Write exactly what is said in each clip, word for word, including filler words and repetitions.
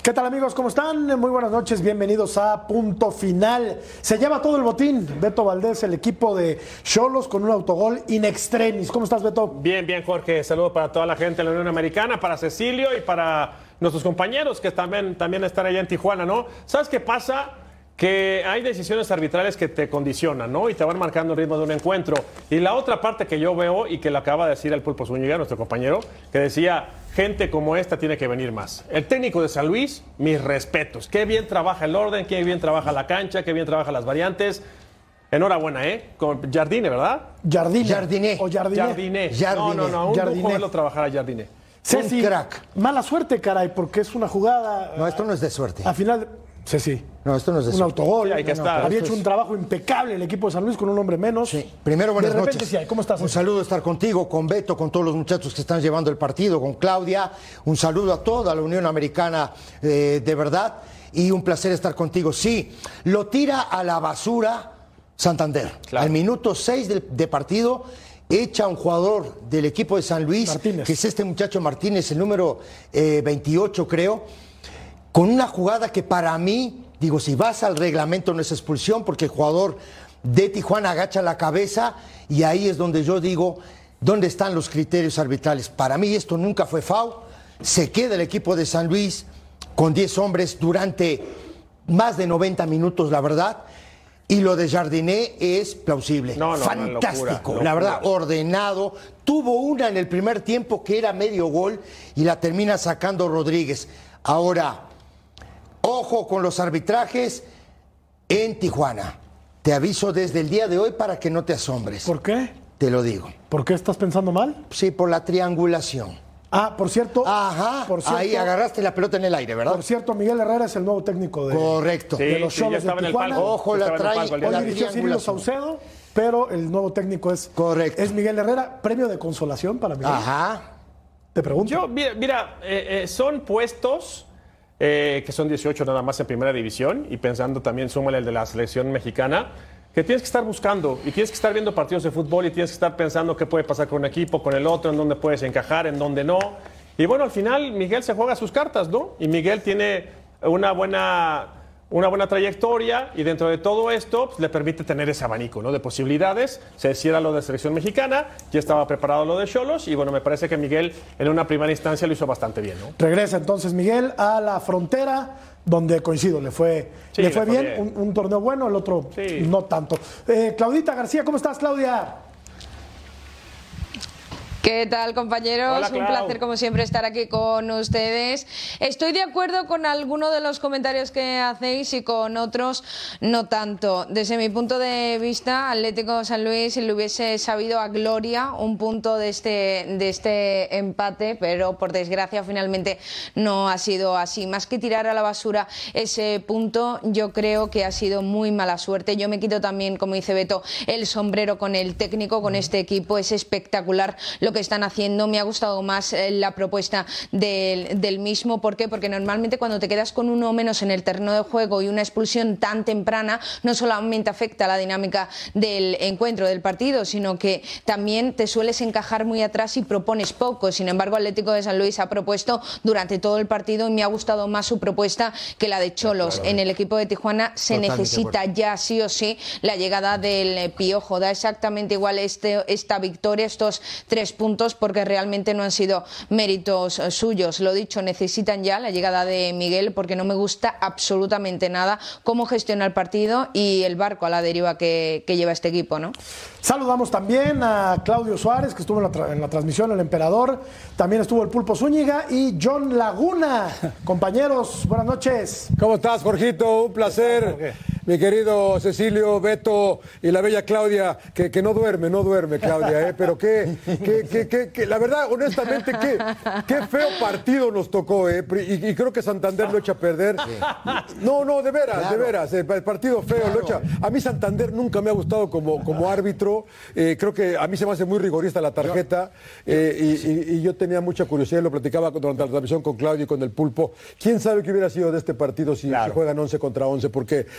¿Qué tal, amigos? ¿Cómo están? Muy buenas noches, bienvenidos a Punto Final. Se lleva todo el botín Beto Valdés, el equipo de Xolos, con un autogol in extremis. ¿Cómo estás, Beto? Bien, bien, Jorge. Saludos para toda la gente de la Unión Americana, para Cecilio y para nuestros compañeros que también, también están allá en Tijuana, ¿no? ¿Sabes qué pasa? Que hay decisiones arbitrales que te condicionan, ¿no? Y te van marcando el ritmo de un encuentro. Y la otra parte que yo veo, y que lo acaba de decir el Pulpo Zúñiga, nuestro compañero, que decía, gente como esta tiene que venir más. El técnico de San Luis, mis respetos. Qué bien trabaja el orden, qué bien trabaja la cancha, qué bien trabaja las variantes. Enhorabuena, ¿eh? Con Jardine, ¿verdad? Jardine. Jardiné. O Jardine. Jardine. Jardine. No, no, no, un Jardine. lujo verlo trabajar a Jardine. Ceci, Un crack. mala suerte, caray, porque es una jugada... No, esto no es de suerte. A final... Ceci. No, esto no es de Un suerte. autogol. Sí, hay que No, estar. Había Esto hecho es- un trabajo impecable el equipo de San Luis con un hombre menos. Sí. Primero, buenas De repente noches. sí hay. ¿Cómo estás, Un Ceci? saludo estar contigo, con Beto, con todos los muchachos que están llevando el partido, con Claudia. Un saludo a toda la Unión Americana, eh, de verdad. Y un placer estar contigo. Sí, lo tira a la basura Santander. Claro. Al minuto seis de, de partido, echa a un jugador del equipo de San Luis, Martínez. que es este muchacho Martínez, el número eh, veintiocho, creo, con una jugada que para mí, digo, si vas al reglamento no es expulsión, porque el jugador de Tijuana agacha la cabeza y ahí es donde yo digo, ¿dónde están los criterios arbitrales? Para mí esto nunca fue foul, se queda el equipo de San Luis con diez hombres durante más de noventa minutos, la verdad, y lo de Jardiné es plausible, No, no, fantástico, no, locura, la verdad, locura. ordenado, tuvo una en el primer tiempo que era medio gol y la termina sacando Rodríguez. Ahora, ojo con los arbitrajes en Tijuana. Te aviso desde el día de hoy para que no te asombres. ¿Por qué? Te lo digo. ¿Por qué estás pensando mal? Sí, por la triangulación. Ah, por cierto... Ajá, por cierto, ahí agarraste la pelota en el aire, ¿verdad? Por cierto, Miguel Herrera es el nuevo técnico de... Correcto. Sí, de los sí, ya Xolos de estaba en el Tijuana. palco. Ojo, la Estaba en el trae- palco el Hoy día de la dirigió Cirilo triangulación. Saucedo, pero el nuevo técnico es... Correcto. Es Miguel Herrera, premio de consolación para Miguel. Ajá. Te pregunto. Yo, mira, mira, eh, eh, son puestos eh, que son dieciocho nada más en primera división y pensando también, súmale el de la selección mexicana, que tienes que estar buscando y tienes que estar viendo partidos de fútbol y tienes que estar pensando qué puede pasar con un equipo, con el otro, en dónde puedes encajar, en dónde no. Y bueno, al final Miguel se juega sus cartas, ¿no? Y Miguel tiene una buena, una buena trayectoria y dentro de todo esto pues, le permite tener ese abanico, ¿no? De posibilidades. Se decía lo de selección mexicana, ya estaba preparado lo de Xolos y bueno, me parece que Miguel en una primera instancia lo hizo bastante bien, ¿no? Regresa entonces Miguel a la frontera, donde coincido, le fue, Sí, le le fue fue bien, bien. Un, un torneo bueno, el otro Sí. no tanto. Eh, Claudita García, ¿cómo estás, Claudia? ¿Qué tal, compañeros? Hola, Un Clau. placer, como siempre, estar aquí con ustedes. Estoy de acuerdo con alguno de los comentarios que hacéis y con otros no tanto. Desde mi punto de vista, Atlético San Luis le hubiese sabido a gloria un punto de este, de este empate, pero por desgracia finalmente no ha sido así. Más que tirar a la basura ese punto, yo creo que ha sido muy mala suerte. Yo me quito también, como dice Beto, el sombrero con el técnico, con este equipo. Es espectacular lo que están haciendo. Me ha gustado más eh, la propuesta del, del mismo. ¿Por qué? Porque normalmente cuando te quedas con uno menos en el terreno de juego y una expulsión tan temprana, no solamente afecta la dinámica del encuentro, del partido, sino que también te sueles encajar muy atrás y propones poco. Sin embargo, Atlético de San Luis ha propuesto durante todo el partido y me ha gustado más su propuesta que la de Xolos. En el equipo de Tijuana se Totalmente de necesita acuerdo. ya sí o sí la llegada del eh, Piojo. Da exactamente igual este, esta victoria, estos tres puntos, porque realmente no han sido méritos eh, suyos. Lo dicho, necesitan ya la llegada de Miguel, porque no me gusta absolutamente nada cómo gestiona el partido y el barco a la deriva que, que lleva este equipo, ¿no? Saludamos también a Claudio Suárez, que estuvo en la, tra- en la transmisión, el emperador. También estuvo el Pulpo Zúñiga y John Laguna. Compañeros, buenas noches. ¿Cómo estás, Jorgito? Un placer. Mi querido Cecilio, Beto y la bella Claudia, que, que no duerme, no duerme, Claudia, ¿eh? Pero que, que, que, que, que la verdad, honestamente, qué, qué feo partido nos tocó, ¿eh? Y, y creo que Santander lo echa a perder. No, no, de veras, Claro. de veras. El, el partido feo lo echa. A mí Santander nunca me ha gustado como, como árbitro. Eh, creo que a mí se me hace muy rigorista la tarjeta. Eh, y, y, y yo tenía mucha curiosidad, lo platicaba durante la transmisión con Claudio y con el Pulpo. ¿Quién sabe qué hubiera sido de este partido si, Claro. si juegan once contra once? Porque este equipo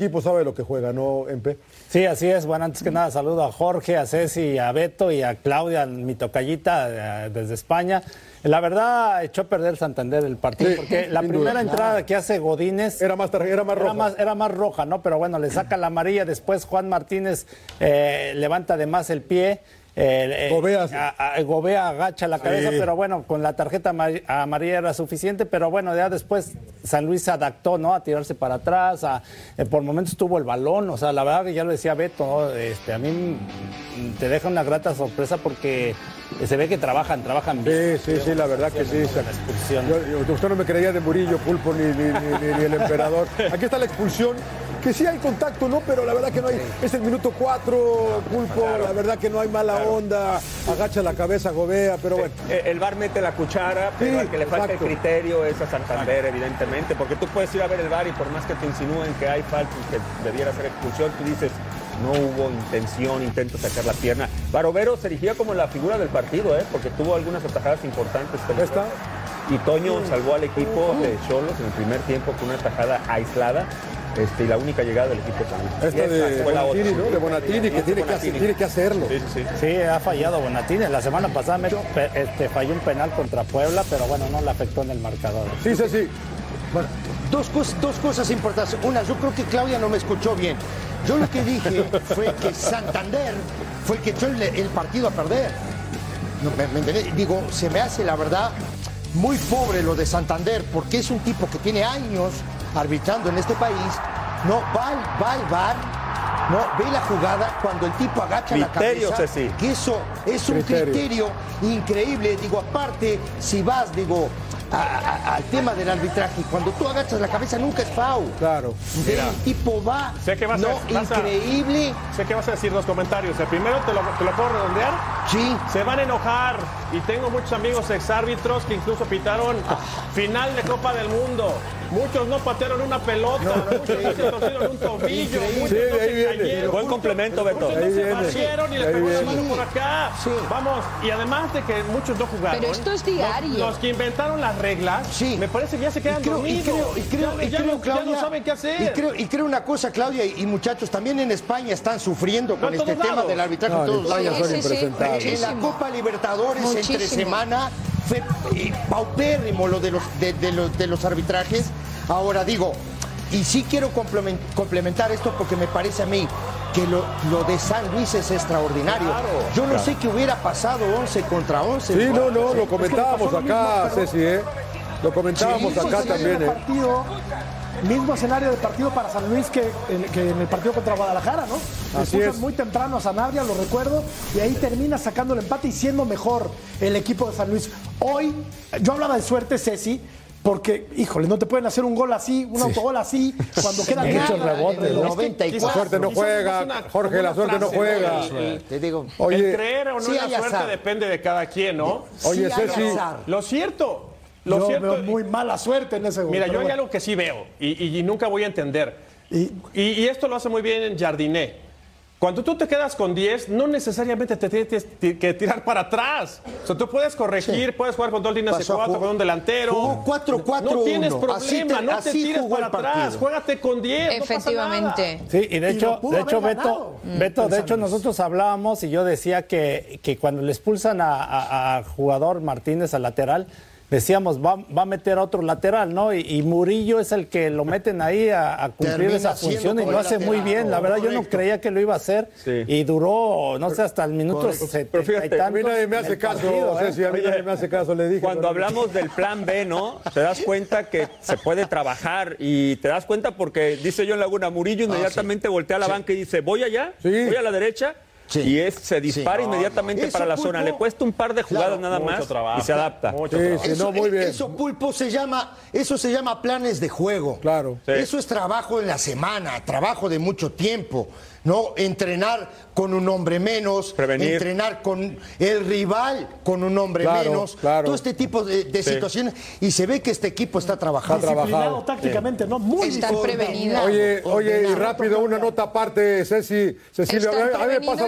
equipo sabe lo que juega, ¿no, Empe? Sí, así es. Bueno, antes que nada saludo a Jorge, a Ceci, a Beto y a Claudia, mi tocallita desde España. La verdad, echó a perder el Santander el partido, sí, porque la primera duda. entrada que hace Godínez era más, era más roja. Era más, era más roja, ¿no? Pero bueno, le saca la amarilla. Después Juan Martínez eh, levanta de más el pie. Eh, Gobea, eh, a, a, Gobea agacha la cabeza, sí. Pero bueno, con la tarjeta amarilla era suficiente, pero bueno, ya después San Luis se adaptó, ¿no? A tirarse para atrás, a, eh, por momentos tuvo el balón, o sea, la verdad que ya lo decía Beto, ¿no? Este, a mí te deja una grata sorpresa porque se ve que trabajan, trabajan bien. Sí, sí, sí, la verdad que sí. La expulsión. Yo, yo, usted no me creía de Murillo, Pulpo, ni, ni, ni, ni el emperador. Aquí está la expulsión. Que sí hay contacto, ¿no? Pero la verdad que no hay. Es el minuto cuatro, Pulpo. Claro. La verdad que no hay mala claro. onda. Agacha la cabeza, Gobea, pero bueno. El V A R mete la cuchara, pero sí, al que le falta exacto. el criterio es a Santander, exacto. evidentemente. Porque tú puedes ir a ver el V A R y por más que te insinúen que hay falta y que debiera ser expulsión, tú dices, no hubo intención, intento sacar la pierna. Barovero se erigía como la figura del partido, ¿eh? Porque tuvo algunas atajadas importantes. ¿Está? Y Toño salvó al equipo de Xolos en el primer tiempo con una tajada aislada. Este, y la única llegada del equipo también. Esta de Bonatini, ¿no? De Bonatini, que tiene que, hacer, tiene que hacerlo. Sí, sí, sí. sí, ha fallado Bonatini. La semana pasada me, este, falló un penal contra Puebla, pero bueno, no le afectó en el marcador. Sí, sí, sí. Bueno, dos, cosas, dos cosas importantes. Una, yo creo que Claudia no me escuchó bien. Yo lo que dije fue que Santander fue el que echó el, el partido a perder. No, me, me, digo, se me hace, la verdad, muy pobre lo de Santander, porque es un tipo que tiene años arbitrando en este país, no va al, va al V A R, no ve la jugada cuando el tipo agacha criterio, la cabeza, Ceci. que eso es un criterio. criterio increíble. Digo, aparte, si vas, digo, a, a, al tema del arbitraje, cuando tú agachas la cabeza nunca es foul. Claro. Mira, el tipo va, sé que vas no, a, vas increíble. A, sé que vas a decir dos comentarios. El primero, ¿te lo, te lo puedo redondear? Sí. Se van a enojar. Y tengo muchos amigos exárbitros que incluso pitaron ah. final de Copa del Mundo. Muchos no patearon una pelota, no, muchos no se torcieron un tobillo, muchos sí, no se viene. cayeron. Buen complemento, Beto. Muchos no se barrieron y les pegó la mano por acá. Sí. Vamos, y además de que muchos no jugaron. Pero esto es diario. Los, los que inventaron las reglas, sí. me parece que ya se quedan y creo, dormidos. Y creo, y creo, ya, y ya, creo no, Claudia, ya no saben qué hacer. Y creo, y creo una cosa, Claudia y, y muchachos, también en España están sufriendo con no, este tema lados. del arbitraje no, en todos lados. España son impresentables. En la Copa Libertadores, Muchísimo. entre semana, fue eh, paupérrimo lo de los, de, de, los, de los arbitrajes. Ahora digo, y sí quiero complementar esto porque me parece a mí que lo, lo de San Luis es extraordinario. Claro, Yo no claro. sé qué hubiera pasado once contra once. Sí, no, no, lo comentábamos es que acá, mismo, Ceci, ¿eh? Lo comentábamos sí, acá también, ¿eh? Partido, mismo escenario de partido para San Luis que en, que en el partido contra Guadalajara, ¿no? Así es. Muy temprano a Sanabria, lo recuerdo, y ahí termina sacando el empate y siendo mejor el equipo de San Luis. Hoy, yo hablaba de suerte, Ceci, porque, híjole, no te pueden hacer un gol así, un sí. autogol así, cuando quedan muchos rebotes. noventa y cuatro. La suerte no juega, una, Jorge, la suerte frase, no juega. El, el, te digo, Oye, el creer o no sí en la suerte azar. Depende de cada quien, ¿no? Oye, sí Ceci. Lo cierto, lo yo cierto. Veo muy mala suerte en ese gol. Mira, yo hay bueno. algo que sí veo y, y, y nunca voy a entender. Y, y, y esto lo hace muy bien en Jardiné. Cuando tú te quedas con diez, no necesariamente te tienes que tirar para atrás. O sea, tú puedes corregir, sí. puedes jugar con dos líneas de cuatro, con un delantero. cuatro cuatro uno. No tienes problema, te, no te tires para atrás. Juégate con diez, efectivamente. No sí, y de hecho, y de hecho Beto, mm. Beto de hecho, nosotros hablábamos y yo decía que, que cuando le expulsan a, a, a jugador Martínez al lateral, decíamos, va, va a meter a otro lateral, ¿no? Y, y Murillo es el que lo meten ahí a, a cumplir Termina esa función y lo hace lateral, muy bien. La verdad, correcto. Yo no creía que lo iba a hacer sí. y duró, no sé, hasta el minuto setenta. Pero fíjate, a mí nadie me hace caso, partido, ¿eh? Ceci, a mí nadie me hace caso, le dije. Cuando hablamos del plan B, ¿no? Te das cuenta que se puede trabajar y te das cuenta porque, dice John Laguna, Murillo inmediatamente ah, sí. voltea a la sí. banca y dice, voy allá, sí. voy a la derecha. Sí. Y es, se dispara sí. inmediatamente no, para la Pulpo, zona. Le cuesta un par de jugadas claro, nada más trabajo, y se adapta. Sí, sí, eso, no, muy bien. Eso, Pulpo, se llama, eso se llama planes de juego. Claro. Sí. Eso es trabajo en la semana, trabajo de mucho tiempo. No, entrenar con un hombre menos, Prevenir. entrenar con el rival con un hombre claro, menos, claro. todo este tipo de, de sí. situaciones. Y se ve que este equipo está trabajando. Disciplinado tácticamente, sí. ¿no? Muy Están prevenidos. Oye, oye, y rápido, una nota aparte, Ceci, Cecilio. A mí me pasa lo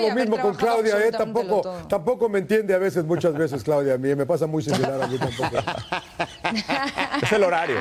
lo haber mismo con trabajado Claudia, ¿eh? absolutamente Tampoco, todo. tampoco me entiende a veces, muchas veces, Claudia, a mí me pasa muy similar a mí tampoco. Es el horario.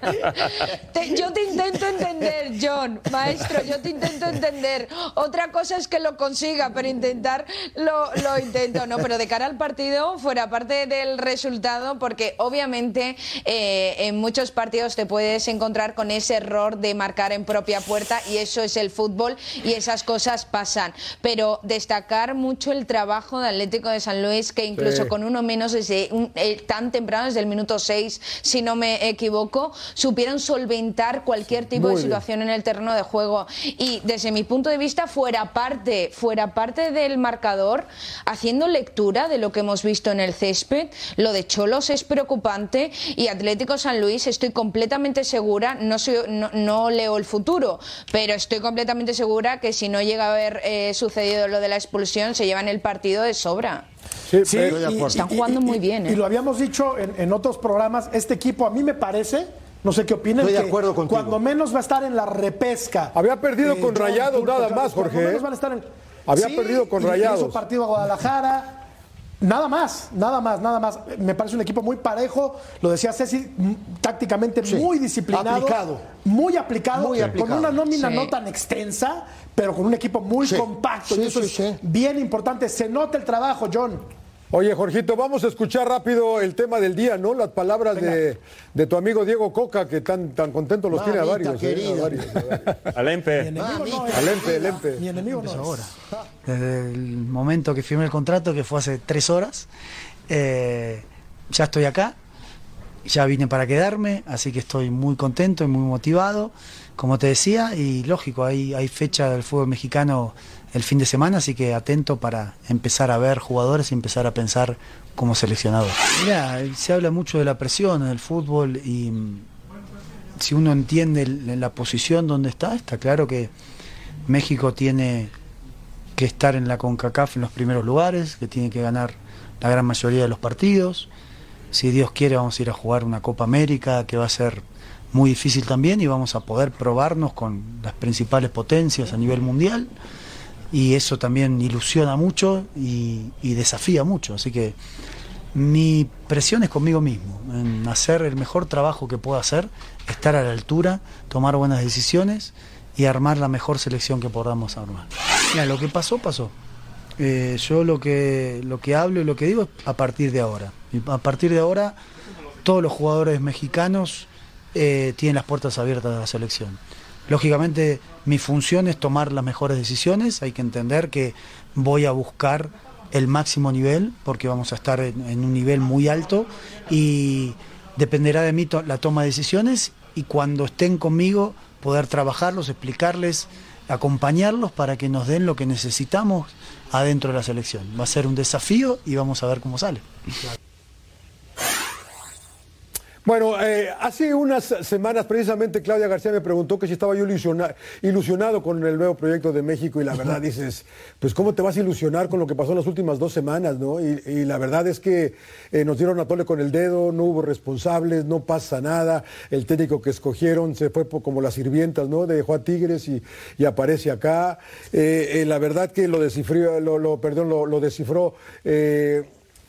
Te- yo te intento entender, John, maestro, yo te intento entender. Otra cosa es que lo consiga, pero intentar lo, lo intento, ¿no? Pero de cara al partido, fuera parte del resultado, porque obviamente eh, en muchos partidos te puedes encontrar con ese error de marcar en propia puerta, y eso es el fútbol y esas cosas pasan. Pero destacar mucho el trabajo de Atlético de San Luis, que incluso Sí. con uno menos desde un- eh, tan temprano, desde el minuto seis, si no me equivoco, supieron solventar cualquier tipo Muy de bien. situación en el terreno de juego. Y desde mi punto de vista, fuera parte, fuera parte del marcador, haciendo lectura de lo que hemos visto en el césped, lo de Cholos es preocupante, y Atlético San Luis, estoy completamente segura, no, soy, no, no leo el futuro, pero estoy completamente segura que si no llega a haber eh, sucedido lo de la expulsión, se llevan el partido de sobra. Sí, Sí, pero- y- Están y- jugando y- muy y- bien, ¿eh? Y lo habíamos dicho en, en otros programas, este equipo a mí me parece, no sé qué opinan, Estoy de que acuerdo contigo. cuando menos va a estar en la repesca. Había perdido con John Rayados Turco nada Chávez, más, cuando Jorge, menos ¿eh? van a estar en- Había Sí, perdido con y- y Rayados. hizo partido a Guadalajara. Nada más, nada más, nada más. Me parece un equipo muy parejo, lo decía Ceci, m- tácticamente Sí, muy disciplinado. aplicado. Muy aplicado. Muy con aplicado. una nómina Sí. no tan extensa, pero con un equipo muy Sí, compacto. sí, y eso sí, es sí. bien importante. Se nota el trabajo, John. Oye, Jorgito, vamos a escuchar rápido el tema del día, ¿no? Las palabras de, de tu amigo Diego Coca, que tan, tan contentos los tiene a Mamita varios. ¿eh? A querida. varios, a varios. Al Empe. Enemigo no es. Al Empe, el Empe. Mi enemigo no es. ahora. Desde el momento que firmé el contrato, que fue hace tres horas, eh, ya estoy acá, ya vine para quedarme, así que estoy muy contento y muy motivado, como te decía, y lógico, hay, hay fecha del fútbol mexicano el fin de semana, así que atento para empezar a ver jugadores y empezar a pensar como seleccionador. Mirá, se habla mucho de la presión en el fútbol y mm, si uno entiende el- la posición donde está, está claro que México tiene que estar en la CONCACAF en los primeros lugares, que tiene que ganar la gran mayoría de los partidos. Si Dios quiere vamos a ir a jugar una Copa América que va a ser muy difícil también y vamos a poder probarnos con las principales potencias a nivel mundial, y eso también ilusiona mucho y, y desafía mucho, así que mi presión es conmigo mismo, en hacer el mejor trabajo que pueda hacer, estar a la altura, tomar buenas decisiones y armar la mejor selección que podamos armar. Mira, lo que pasó, pasó. Eh, yo lo que, lo que hablo y lo que digo es a partir de ahora. Y a partir de ahora, todos los jugadores mexicanos eh, tienen las puertas abiertas a la selección. Lógicamente, mi función es tomar las mejores decisiones. Hay que entender que voy a buscar el máximo nivel, porque vamos a estar en, en un nivel muy alto, y dependerá de mí to- la toma de decisiones, y cuando estén conmigo, poder trabajarlos, explicarles, acompañarlos para que nos den lo que necesitamos adentro de la selección. Va a ser un desafío y vamos a ver cómo sale. Bueno, eh, hace unas semanas precisamente Claudia García me preguntó que si estaba yo ilusiona- ilusionado con el nuevo proyecto de México, y la verdad dices, pues ¿cómo te vas a ilusionar con lo que pasó en las últimas dos semanas, no? Y, y la verdad es que eh, nos dieron a tole con el dedo, no hubo responsables, no pasa nada, el técnico que escogieron se fue por- como las sirvientas, ¿no? Dejó a Tigres y, y aparece acá. Eh, eh, la verdad que lo descifró, lo, lo- perdón, lo, lo descifró eh,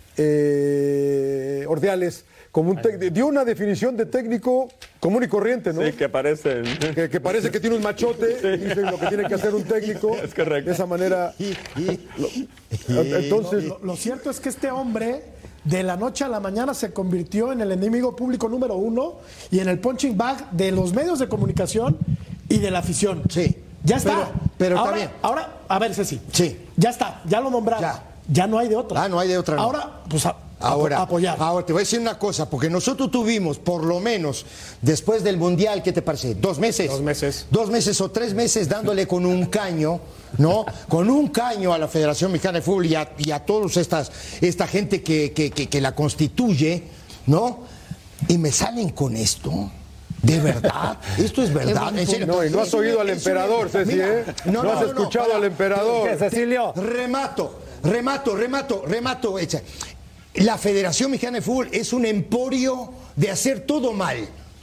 eh, Ordiales. Como un tec- dio una definición de técnico común y corriente, ¿no? Sí, que parece. Que, que parece que tiene un machote, dice lo que tiene que hacer un técnico. Es correcto. De esa manera. lo- entonces, Lo, lo cierto es que este hombre, de la noche a la mañana, se convirtió en el enemigo público número uno y en el punching bag de los medios de comunicación y de la afición. Sí. Ya está. Pero- pero está ahora, bien. Ahora, a ver, Ceci. Sí. Ya está, ya lo nombraron. Ya. Ya no hay de otra. Ah, no hay de otra, no. Ahora, pues a, Ahora, a- apoyar. ahora te voy a decir una cosa, porque nosotros tuvimos, por lo menos, después del Mundial, ¿qué te parece? ¿Dos meses? Dos meses. Dos meses o tres meses dándole con un caño, ¿no? Con un caño a la Federación Mexicana de Fútbol y a, y a todos estas, esta gente que, que, que, que la constituye, ¿no? Y me salen con esto. ¿De verdad? ¿Esto es verdad? ¿En serio? no, y no has Es una- oído al es emperador, una- Ceci, Mira, ¿eh? No, has escuchado para- al emperador. ¿Qué, Cecilio? Remato, remato, remato, remato. Echa. La Federación Mexicana de Fútbol es un emporio de hacer todo mal.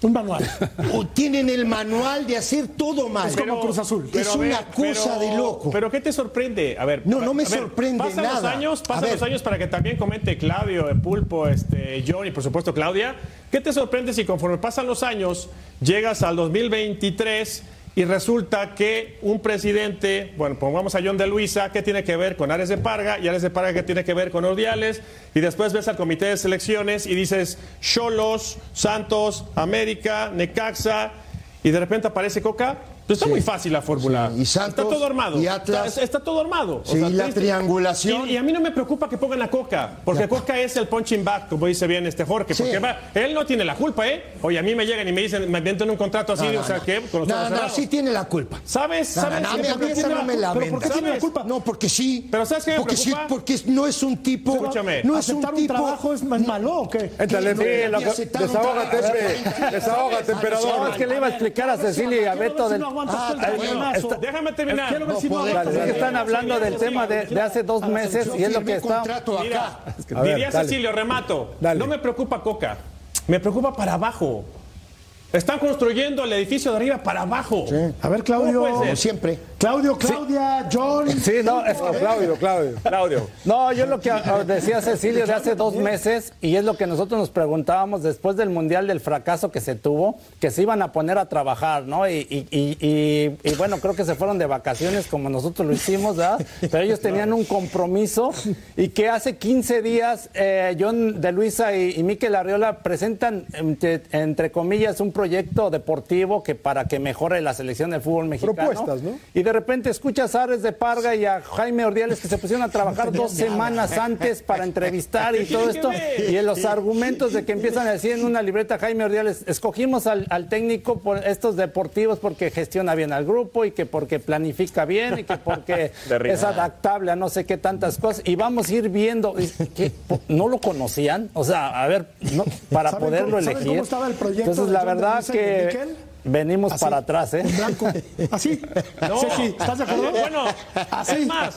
Un manual. O tienen el manual de hacer todo mal. Es como Cruz Azul. Es a ver, una cosa pero- de loco. Pero ¿qué te sorprende? A ver, No, a- no me a ver, sorprende pasan nada. Los años, A pasan ver. los años para que también comente Claudio, el Pulpo, este, John y por supuesto Claudia. ¿Qué te sorprende si conforme pasan los años llegas al dos mil veintitrés y resulta que un presidente, bueno, pongamos a John de Luisa, ¿qué tiene que ver con Ares de Parga? Y Ares de Parga, ¿qué tiene que ver con Ordiales? Y después ves al comité de selecciones y dices Xolos, Santos, América, Necaxa, y de repente aparece Coca. Pues está Sí. muy fácil la fórmula. Sí. Y Santos, está todo armado. y Atlas. Está, está todo armado. Sí, la tienes- triangulación. Y, y a mí no me preocupa que pongan a Coca, porque Coca es el punching back, como dice bien este Jorge. Sí. Porque va, él no tiene la culpa, ¿eh? Oye, a mí me llegan y me dicen, me inventan un contrato así, No, no, o sea, no. ¿qué? Con los No, ojos no, cerrados. sí tiene la culpa. ¿Sabes? No, no, ¿Sabes? no, a mí- ¿Por a mí qué esa tiene no me la ¿Pero por qué vendas. tiene la culpa? No, porque sí. Pero ¿sabes qué me porque sí, preocupa? porque es- no es un tipo. Escúchame. No es un ¿Aceptar tipo. un trabajo es más malo o qué? Éntale, Sí, Pepe. lo que- aceptar un Desahógate, trabajo. Pepe. Desahógate, No, emperador. es que le iba a explicar a Cecilia y a Beto del... Ah, está- Déjame terminar. Quiero ver si no No, aguantas. Es que están hablando del tema de, de hace dos meses y es lo que está... Contrato Mira, acá. A ver, diría dale. Cecilio, remato. Dale. No me preocupa Coca, me preocupa para abajo. Están construyendo el edificio de arriba para abajo. A ver, Claudio. ¿Cómo puede ser? Como siempre. Claudio, Claudia, John. Sí, no, es No, Claudio, Claudio. Claudio. No, yo lo que ah, decía Cecilio de hace dos meses, y es lo que nosotros nos preguntábamos después del Mundial, del fracaso que se tuvo, que se iban a poner a trabajar, ¿no? Y, y, y, y, y bueno, creo que se fueron de vacaciones como nosotros lo hicimos, ¿verdad? Pero ellos tenían un compromiso y que hace quince días eh, John de Luisa y, y Mikel Arriola presentan, entre, entre comillas, un proyecto deportivo que para que mejore la selección del fútbol mexicano. Propuestas, ¿no? Y de repente escuchas a Ares de Parga y a Jaime Ordiales que se pusieron a trabajar dos semanas antes para entrevistar y todo esto. Y en los argumentos de que empiezan a decir en una libreta Jaime Ordiales, escogimos al, al técnico por estos deportivos porque gestiona bien al grupo y que porque planifica bien y que porque De es adaptable a no sé qué tantas cosas. Y vamos a ir viendo. ¿Qué? ¿No lo conocían? O sea, a ver, no, para ¿Saben poderlo cómo- saben elegir. cómo estaba el proyecto Entonces, de la John de verdad Luisa y de que Mikel? venimos Así, para atrás, ¿eh? en blanco. Así. No. Sí, sí, ¿estás de acuerdo? Bueno, Así. es más.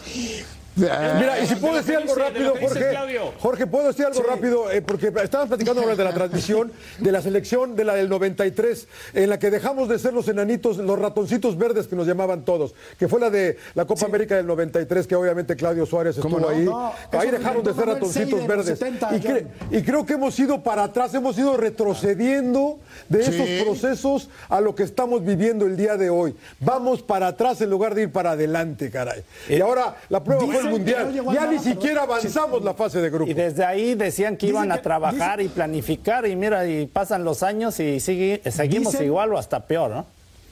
Mira, y si De puedo lo que decir algo dice- de rápido, lo que dice Jorge. Claudio. Jorge, ¿puedo decir algo rápido? Eh, porque estábamos platicando ahora de la transmisión de la selección de la del noventa y tres, en la que dejamos de ser los enanitos, los ratoncitos verdes que nos llamaban todos, que fue la de la Copa América del noventa y tres, que obviamente Claudio Suárez estuvo no? ahí. No, ahí eso dejaron de inventó ser Manuel ratoncitos Seide en los verdes. setenta, y, cre- John. y creo que hemos ido para atrás, hemos ido retrocediendo de Sí. esos procesos a lo que estamos viviendo el día de hoy. Vamos para atrás en lugar de ir para adelante, caray. Y ahora la prueba fue Dicen el que Mundial. no llegó a Ya nada, ni pero- siquiera avanzamos la fase de grupo. Y desde ahí decían que Dicen iban a que- trabajar y planificar y mira, y pasan los años y sigue, seguimos Dicen- igual o hasta peor, ¿no?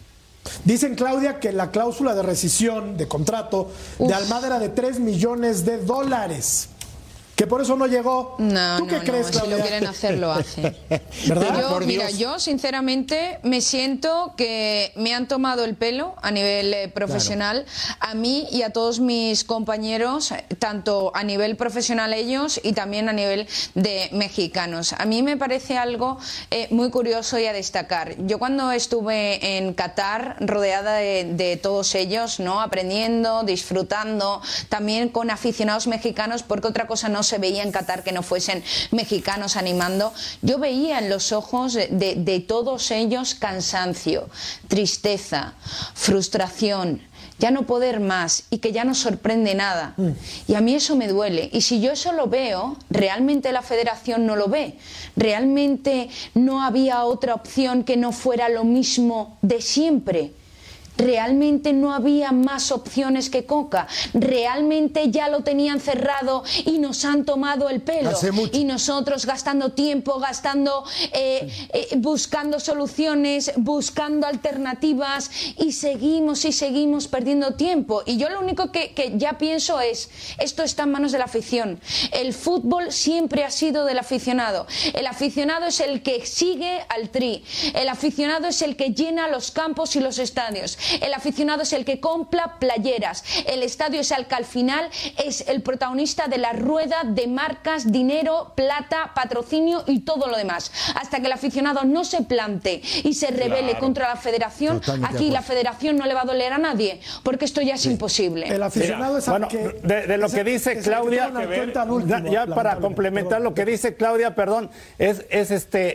Dicen, Claudia, que la cláusula de rescisión de contrato de Almada era de tres millones de dólares. Que por eso no llegó. No, ¿Tú no, qué no, crees, si Claudia? lo quieren hacer, lo hacen. ¿Verdad? Yo, Por mira, Dios. yo sinceramente me siento que me han tomado el pelo a nivel eh, profesional, a mí y a todos mis compañeros, tanto a nivel profesional ellos y también a nivel de mexicanos. A mí me parece algo eh, muy curioso y a destacar. Yo cuando estuve en Qatar, rodeada de, de todos ellos, ¿no? Aprendiendo, disfrutando, también con aficionados mexicanos, porque otra cosa no se veía en Qatar que no fuesen mexicanos animando. Yo veía en los ojos de, de, de todos ellos cansancio, tristeza, frustración, ya no poder más y que ya no sorprende nada. Y a mí eso me duele. Y si yo eso lo veo, realmente la federación no lo ve. Realmente no había otra opción que no fuera lo mismo de siempre. Realmente no había más opciones que Coca. Realmente ya lo tenían cerrado y nos han tomado el pelo. Hace mucho. Y nosotros gastando tiempo, gastando, eh, eh, buscando soluciones, buscando alternativas y seguimos y seguimos perdiendo tiempo. Y yo lo único que, que ya pienso es, esto está en manos de la afición. El fútbol siempre ha sido del aficionado. El aficionado es el que sigue al Tri. El aficionado es el que llena los campos y los estadios. El aficionado es el que compra playeras. El estadio es el que al final es el protagonista de la rueda de marcas, dinero, plata, patrocinio y todo lo demás. Hasta que el aficionado no se plante y se rebele Claro. contra la federación, Totalmente de aquí acuerdo. la federación no le va a doler a nadie, porque esto ya es imposible. El aficionado es Bueno, al que... de, de lo es que el- dice es el que Claudia, toman en cuenta al último, ya, ya para lamentablemente. complementar Perdón. lo que dice Claudia, perdón, es, es este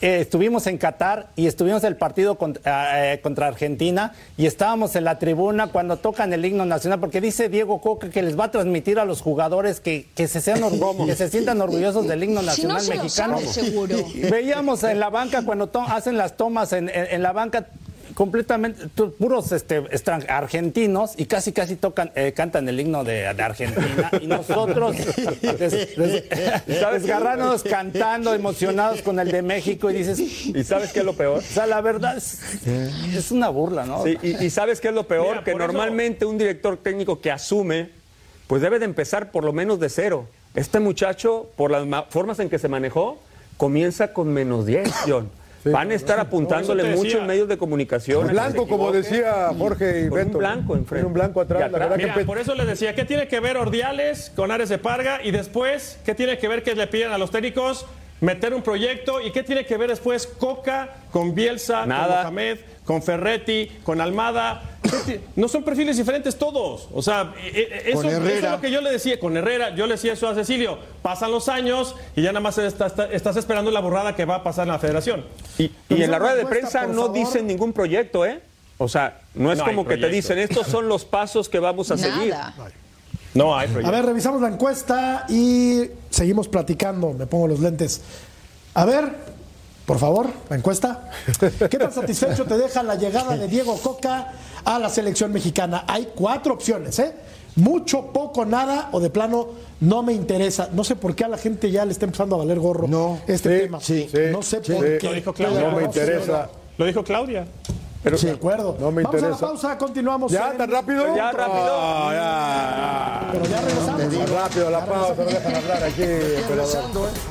eh, estuvimos en Qatar y estuvimos el partido contra, eh, contra Argentina y estábamos en la tribuna cuando tocan el himno nacional, porque dice Diego Coca que les va a transmitir a los jugadores que, que, se, sean orgu- que se sientan orgullosos del himno nacional si no se mexicano. Lo sabe, seguro. Veíamos en la banca cuando to- hacen las tomas en, en, en la banca completamente tu, puros este, estran- argentinos y casi casi tocan eh, cantan el himno de, de Argentina y nosotros des, des, desgarrándonos cantando, emocionados con el de México y dices, ¿Y sabes qué es lo peor? o sea, la verdad es, es una burla, ¿no? Sí, y, y ¿sabes qué es lo peor? Mira, que por eso- normalmente un director técnico que asume, pues debe de empezar por lo menos de cero. Este muchacho, por las ma- formas en que se manejó, comienza con menos diez, John. Van a estar apuntándole No, eso te mucho decía. en medios de comunicación. Un blanco, como decía Jorge y Con Beto. un blanco enfrente. Tiene un blanco atrás. Y La atrás. verdad que Mira, pe- por eso les decía, ¿qué tiene que ver Ordiales con Ares de Parga? Y después, ¿qué tiene que ver que le piden a los técnicos meter un proyecto? ¿Y qué tiene que ver después Coca con Bielsa, Nada. con Mohamed, con Ferretti, con Almada? ¿Qué ti- No son perfiles diferentes todos. O sea, eh, eh, eso, Con eso Herrera. es lo que yo le decía. Con Herrera, yo le decía eso a Cecilio. Pasan los años y ya nada más está- está- estás esperando la burrada que va a pasar en la federación. Y, y en la rueda de Encuesta, prensa por no favor. dicen ningún proyecto, ¿eh? O sea, no es No hay como que te proyecto. dicen, estos son los pasos que vamos a seguir. Nada. No hay A proyecto. ver, revisamos la encuesta y seguimos platicando. Me pongo los lentes. A ver, por favor, la encuesta. ¿Qué tan satisfecho te deja la llegada de Diego Coca a la selección mexicana? Hay cuatro opciones, ¿eh? Mucho, poco, nada o de plano no me interesa. No sé por qué a la gente ya le está empezando a valer gorro No. este Sí, tema. sí, no sé sí. por Sí. qué. Lo dijo Claudia. No me interesa. Lo dijo Claudia. Pero de acuerdo. No me Vamos a interesa. la pausa, continuamos. ¿Ya en- tan rápido? Ya rápido. Ah, Pero ya regresamos. ya. Más rápido la pausa, no dejan hablar aquí. emperador. Regresando, ¿eh?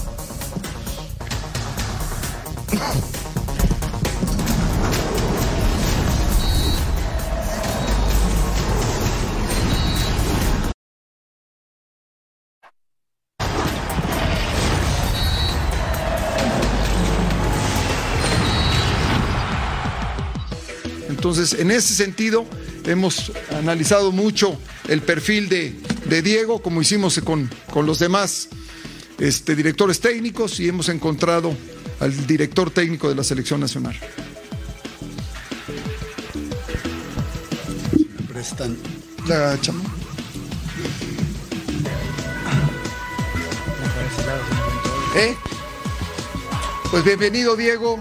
Entonces, en ese sentido, hemos analizado mucho el perfil de, de Diego, como hicimos con, con los demás este, directores técnicos, y hemos encontrado al director técnico de la Selección Nacional. ¿Me prestan la chama? ¿Eh? Pues bienvenido, Diego.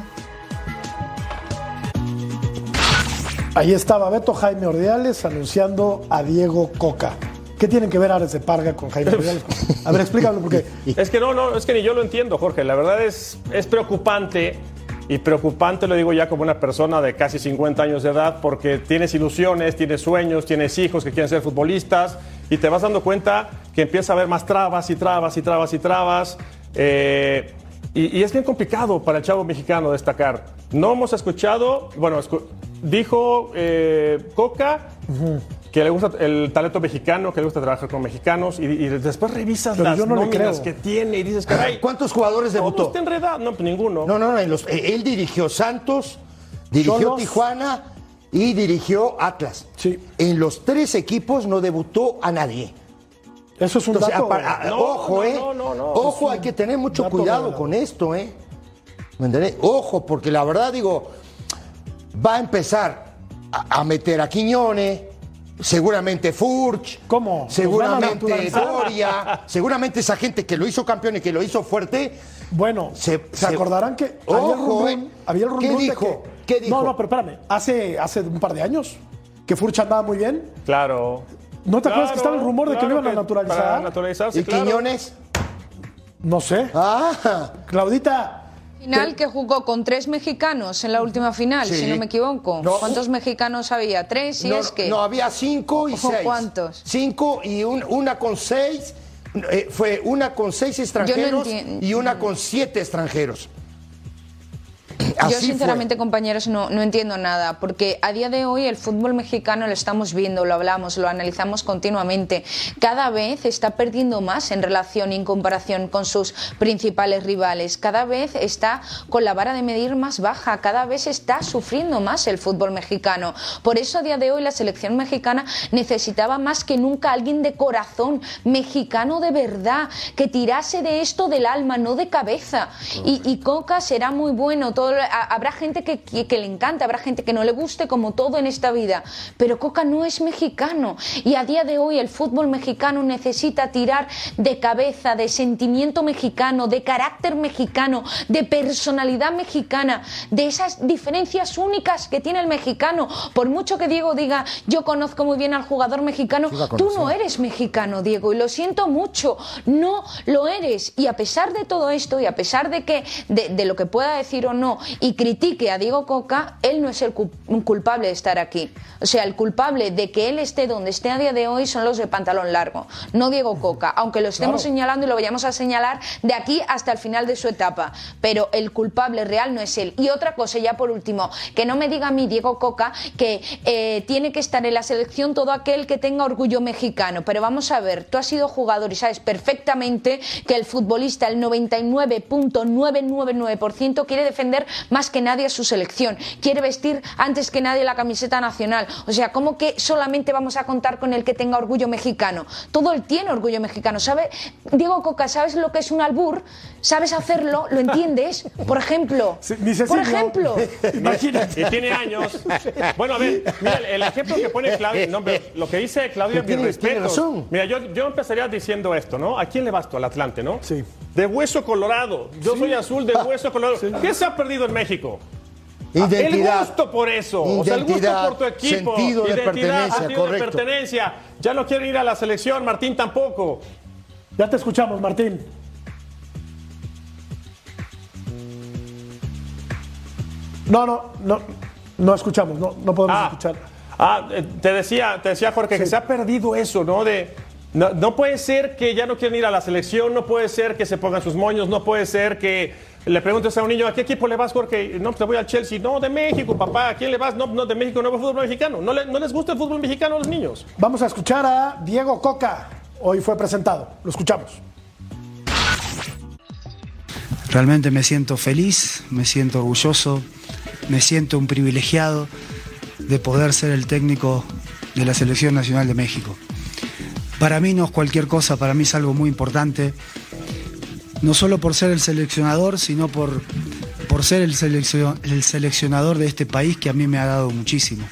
Ahí estaba Beto Jaime Ordiales anunciando a Diego Coca. ¿Qué tienen que ver Ares de Parga con Jaime Ordiales? A ver, explícalo porque Es que no, no, es que ni yo lo entiendo, Jorge. La verdad es, es preocupante, y preocupante lo digo ya como una persona de casi cincuenta años de edad, porque tienes ilusiones, tienes sueños, tienes hijos que quieren ser futbolistas, y te vas dando cuenta que empieza a haber más trabas y trabas y trabas y trabas. Eh, y, y es bien complicado para el chavo mexicano destacar. No hemos escuchado, bueno, escu- dijo eh, Coca que le gusta el talento mexicano, que le gusta trabajar con mexicanos, y, y después revisas Pero las yo no le nóminas creo. que tiene y dices, caray, ¿Cuántos jugadores ¿cómo debutó? está enredado? No, pues ninguno. No, no, no. en los- eh, él dirigió Santos, dirigió Cholos. Tijuana y dirigió Atlas. Sí. En los tres equipos no debutó a nadie. eso es un Entonces, dato. apar- a- No, ojo, no, ¿eh? no, no, no. Ojo, Es hay un que tener mucho dato cuidado revelado. con esto, ¿eh? ¿Me entendés? Ojo, porque la verdad, digo, va a empezar a, a meter a Quiñones, seguramente Furch. ¿Cómo? ¿Los van a Seguramente naturalizar? Doria, seguramente esa gente que lo hizo campeón y que lo hizo fuerte. Bueno, se, Se- acordarán que había el Ojo, rumor, ¿eh? había el rumor ¿Qué de dijo? que- ¿Qué dijo? No, no, pero espérame. Hace, hace un par de años que Furch andaba muy bien. Claro. ¿No te acuerdas que estaba el rumor de que lo claro iban a naturalizar? Para naturalizarse, ¿Y claro. Quiñones? No sé. Ah, Claudita, Final que jugó con tres mexicanos en la última final, Sí. si no me equivoco. No. ¿Cuántos mexicanos había? ¿Tres? Si no, es que. no, había cinco y Ojo, seis. ¿cuántos? Cinco y un- una con seis. eh, fue una con seis extranjeros entiendo. y una con siete extranjeros. Así Yo sinceramente, fue. compañeros, no, no entiendo nada, porque a día de hoy el fútbol mexicano lo estamos viendo, lo hablamos, lo analizamos continuamente. Cada vez está perdiendo más en relación y en comparación con sus principales rivales. Cada vez está con la vara de medir más baja, cada vez está sufriendo más el fútbol mexicano. Por eso a día de hoy la selección mexicana necesitaba más que nunca a alguien de corazón, mexicano de verdad, que tirase de esto del alma, no de cabeza. Y, y Coca será muy bueno, todo, a, habrá gente que, que, que le encanta, habrá gente que no le guste, como todo en esta vida, pero Coca no es mexicano, y a día de hoy el fútbol mexicano necesita tirar de cabeza, de sentimiento mexicano, de carácter mexicano, de personalidad mexicana, de esas diferencias únicas que tiene el mexicano. Por mucho que Diego diga, yo conozco muy bien al jugador mexicano, tú no eres mexicano, Diego, y lo siento mucho, no lo eres. Y a pesar de todo esto, y a pesar de que de, de lo que pueda decir o no, y critique a Diego Coca, él no es el culpable de estar aquí. O sea, el culpable de que él esté donde esté a día de hoy son los de pantalón largo, no Diego Coca, aunque lo estemos claro. señalando y lo vayamos a señalar de aquí hasta el final de su etapa, pero el culpable real no es él. Y otra cosa, ya por último, que no me diga a mí Diego Coca que eh, tiene que estar en la selección todo aquel que tenga orgullo mexicano, pero vamos a ver, tú has sido jugador y sabes perfectamente que el futbolista, el noventa y nueve punto novecientos noventa y nueve por ciento quiere defender más que nadie a su selección, quiere vestir antes que nadie la camiseta nacional. O sea, ¿cómo que solamente vamos a contar con el que tenga orgullo mexicano? Todo él tiene orgullo mexicano, ¿sabe? Diego Coca, ¿sabes lo que es un albur? ¿Sabes hacerlo? ¿Lo entiendes? Por ejemplo. Sí, por ejemplo. Imagínate. Y tiene años. Bueno, a ver, mira, el ejemplo que pone Claudia, no, lo que dice Claudia, mi respeto. Mira, yo, yo empezaría diciendo esto, ¿no? ¿A quién le vas tú? Al Atlante, ¿no? Sí. De hueso colorado. Yo sí. soy azul de hueso colorado. Sí. ¿Qué se ha perdido en México? Identidad. El gusto por eso. Identidad, o sea, el gusto por tu equipo. Sentido de identidad, pertenencia, sentido correcto. de pertenencia. Ya no quieren ir a la selección, Martín tampoco. Ya te escuchamos, Martín. No, no, no, no escuchamos, no, no podemos ah, escuchar. Ah, te decía, te decía Jorge, sí. que se ha perdido eso, ¿no? De, no, no puede ser que ya no quieran ir a la selección, no puede ser que se pongan sus moños, no puede ser que le preguntes a un niño, ¿a qué equipo le vas, Jorge? No, te voy al Chelsea. No, de México, papá. ¿A quién le vas? No, no de México, no de fútbol mexicano. No, le, no les gusta el fútbol mexicano a los niños. Vamos a escuchar a Diego Coca. Hoy fue presentado. Lo escuchamos. Realmente me siento feliz, me siento orgulloso, me siento un privilegiado de poder ser el técnico de la Selección Nacional de México. Para mí no es cualquier cosa, para mí es algo muy importante, no solo por ser el seleccionador, sino por, por ser el, seleccion, el seleccionador de este país que a mí me ha dado muchísimo.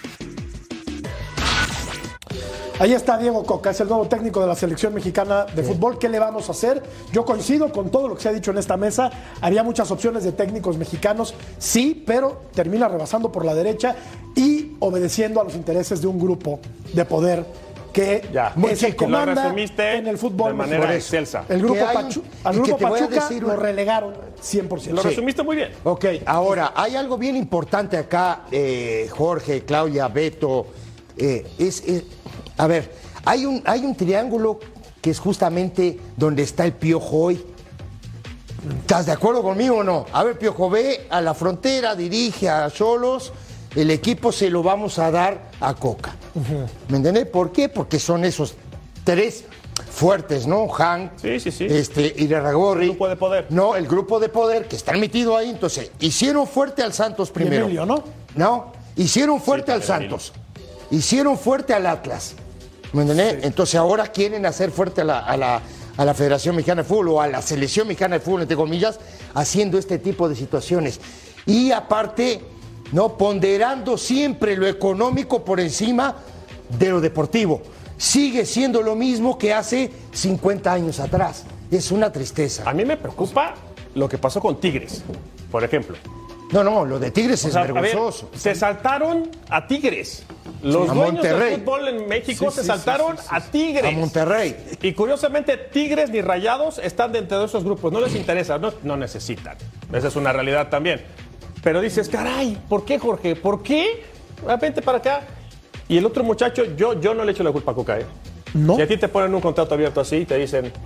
Ahí está Diego Coca, es el nuevo técnico de la selección mexicana de fútbol. ¿Qué le vamos a hacer? Yo coincido con todo lo que se ha dicho en esta mesa. Había muchas opciones de técnicos mexicanos, sí, pero termina rebasando por la derecha y obedeciendo a los intereses de un grupo de poder que ya, es el que comanda en el fútbol de manera excelsa. El grupo Pachu, al grupo Pachuca lo relegaron cien por ciento. Lo resumiste muy bien. Ok, ahora, hay algo bien importante acá, eh, Jorge, Claudia, Beto. Eh, es, es, a ver, hay un, hay un triángulo que es justamente donde está el Piojo hoy. ¿Estás de acuerdo conmigo o no? A ver, Piojo ve a la frontera, dirige a Xolos, el equipo se lo vamos a dar a Coca. Uh-huh. ¿Me entiendes? ¿Por qué? Porque son esos tres fuertes, ¿no? Hank, sí, sí, sí. este, Irarragorri. El grupo de poder. No, el grupo de poder que está metido ahí. Entonces, hicieron fuerte al Santos primero. Emilio, ¿no? No, hicieron fuerte sí, al Santos. Hicieron fuerte al Atlas. ¿Me entiendes? Sí. Entonces ahora quieren hacer fuerte a la, a, la, a la Federación Mexicana de Fútbol o a la Selección Mexicana de Fútbol, entre comillas, haciendo este tipo de situaciones. Y aparte, no ponderando siempre lo económico por encima de lo deportivo. Sigue siendo lo mismo que hace cincuenta años atrás. Es una tristeza. A mí me preocupa lo que pasó con Tigres, por ejemplo. No, no, lo de Tigres o es sea, vergonzoso. A ver, se saltaron a Tigres. Los a dueños Monterrey. del fútbol en México sí, se sí, saltaron sí, sí, sí, a Tigres. A Monterrey. Y curiosamente, Tigres ni Rayados están dentro de esos grupos. No les interesa, no, no necesitan. Esa es una realidad también. Pero dices, caray, ¿por qué, Jorge? ¿Por qué? Vente para acá. Y el otro muchacho, yo, yo no le echo la culpa a Coca, ¿eh? ¿No? Si a ti te ponen un contrato abierto así y te dicen,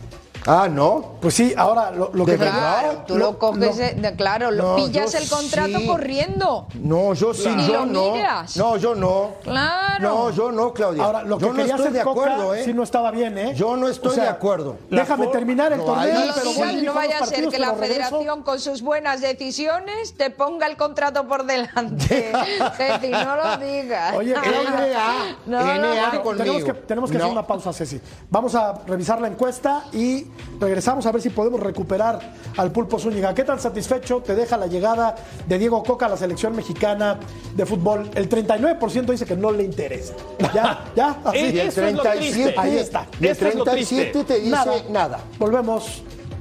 Ah, ¿no? Pues sí, ahora lo, lo ¿De que... verdad? Claro, tú lo, coges, no. de- claro, lo No, pillas yo el contrato sí. corriendo. No, yo sí, Ni yo lo no. miras. No, yo no. Claro. No, yo no, Claudia. Ahora, lo que yo no quería estoy hacer de acuerdo, Coca ¿eh? sí no estaba bien, ¿eh? Yo no estoy O sea, de acuerdo. Déjame La terminar el no, torneo, ahí No lo pero digas, voy no a los vaya a ser partidos, que la pero regreso. federación con sus buenas decisiones te ponga el contrato por delante. Ceci, no lo digas. Oye, N A, No, N A no, no. Tenemos conmigo. que, tenemos que No. hacer una pausa, Ceci. Vamos a revisar la encuesta y regresamos a ver si podemos recuperar al Pulpo Zúñiga. ¿Qué tan satisfecho te deja la llegada de Diego Coca a la selección mexicana de fútbol? El treinta y nueve por ciento dice que no le interesa. ¿Ya? ¿Ya? Así. Eh, Y el Eso es lo treinta y siete, triste. Ahí está. Y el Esto es lo treinta y siete triste. te dice Nada. nada. Volvemos.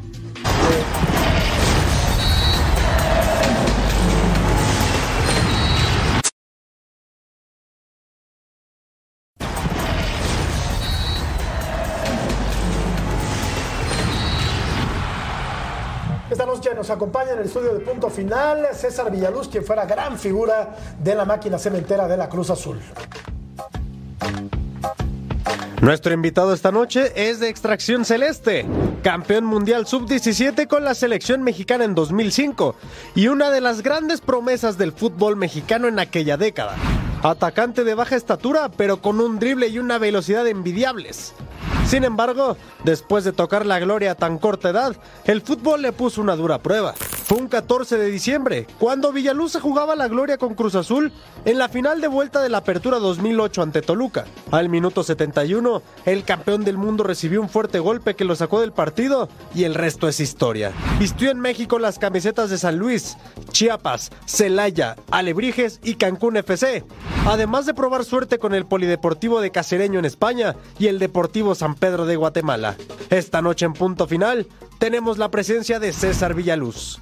Esta noche nos acompaña en el estudio de Punto Final César Villaluz, quien fuera gran figura de la máquina cementera de la Cruz Azul. Nuestro invitado esta noche es de extracción celeste, campeón mundial sub diecisiete con la selección mexicana en dos mil cinco y una de las grandes promesas del fútbol mexicano en aquella década. Atacante de baja estatura, pero con un drible y una velocidad envidiables. Sin embargo, después de tocar la gloria a tan corta edad, el fútbol le puso una dura prueba. Fue un catorce de diciembre, cuando Villaluz se jugaba la gloria con Cruz Azul en la final de vuelta de la Apertura dos mil ocho ante Toluca. Al minuto setenta y uno, el campeón del mundo recibió un fuerte golpe que lo sacó del partido y el resto es historia. Vistió en México las camisetas de San Luis, Chiapas, Celaya, Alebrijes y Cancún F C, además de probar suerte con el Polideportivo de Cacereño en España y el Deportivo San Pedro de Guatemala. Esta noche en Punto Final tenemos la presencia de César Villaluz.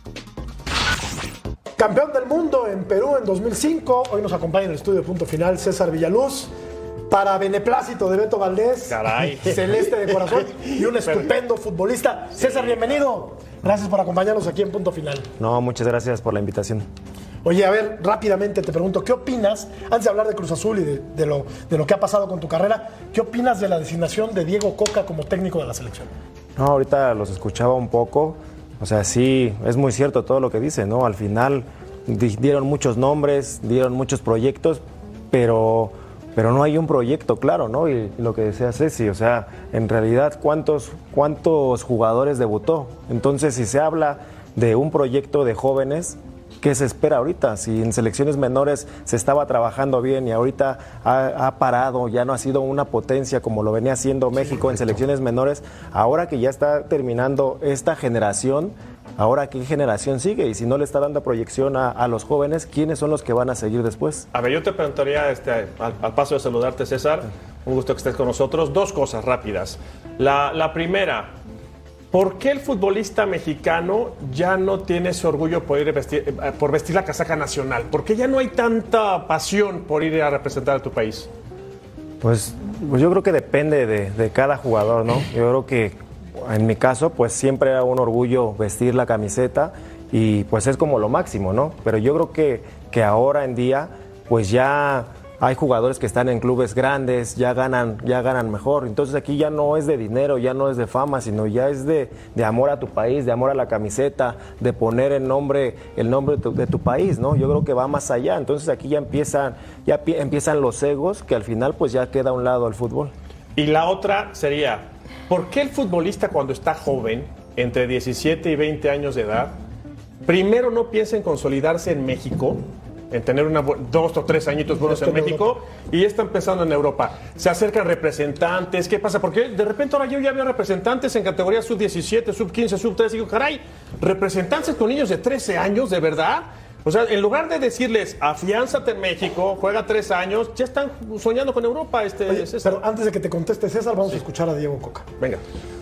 Campeón del mundo en Perú en dos mil cinco. Hoy nos acompaña en el estudio de Punto Final César Villaluz. Para beneplácito de Beto Valdés. Caray. Celeste de corazón y un estupendo futbolista. César, bienvenido. Gracias por acompañarnos aquí en Punto Final. No, muchas gracias por la invitación. Oye, a ver, rápidamente te pregunto, ¿qué opinas, antes de hablar de Cruz Azul y de, de, lo, de lo que ha pasado con tu carrera, ¿qué opinas de la designación de Diego Coca como técnico de la selección? No, ahorita los escuchaba un poco. O sea, sí, es muy cierto todo lo que dice, ¿no? Al final di- dieron muchos nombres, dieron muchos proyectos, pero, pero no hay un proyecto claro, ¿no? Y, y lo que decía Ceci, o sea, en realidad, ¿cuántos, cuántos jugadores debutó? Entonces, si se habla de un proyecto de jóvenes, ¿qué se espera ahorita? Si en selecciones menores se estaba trabajando bien y ahorita ha, ha parado, ya no ha sido una potencia como lo venía haciendo México en selecciones menores, ahora que ya está terminando esta generación, ahora ¿qué generación sigue? Y si no le está dando proyección a, a los jóvenes, ¿quiénes son los que van a seguir después? A ver, yo te preguntaría, este, al, al paso de saludarte, César, un gusto que estés con nosotros, dos cosas rápidas. La, la primera, ¿por qué el futbolista mexicano ya no tiene ese orgullo por ir a vestir, eh, por vestir la casaca nacional? ¿Por qué ya no hay tanta pasión por ir a representar a tu país? Pues, pues yo creo que depende de, de cada jugador, ¿no? Yo creo que en mi caso, pues siempre era un orgullo vestir la camiseta y pues es como lo máximo, ¿no? Pero yo creo que, que ahora en día, pues ya hay jugadores que están en clubes grandes, ya ganan, ya ganan mejor. Entonces aquí ya no es de dinero, ya no es de fama, sino ya es de, de amor a tu país, de amor a la camiseta, de poner el nombre, el nombre de tu, de tu país, ¿no? Yo creo que va más allá. Entonces aquí ya empiezan, ya pi- empiezan los egos, que al final pues ya queda a un lado el fútbol. Y la otra sería, ¿por qué el futbolista cuando está joven, entre diecisiete y veinte años de edad, primero no piensa en consolidarse en México, en tener una, bu- dos o tres añitos buenos en México, y ya está empezando en Europa? Se acercan representantes, ¿qué pasa? Porque de repente ahora yo ya veo representantes en categorías sub diecisiete, sub quince, sub trece, y digo, caray, representantes con niños de trece años, ¿de verdad? O sea, en lugar de decirles, afiánzate en México, juega tres años, ya están soñando con Europa, este Oye, César. pero antes de que te conteste César, vamos a escuchar a Diego Coca. Venga.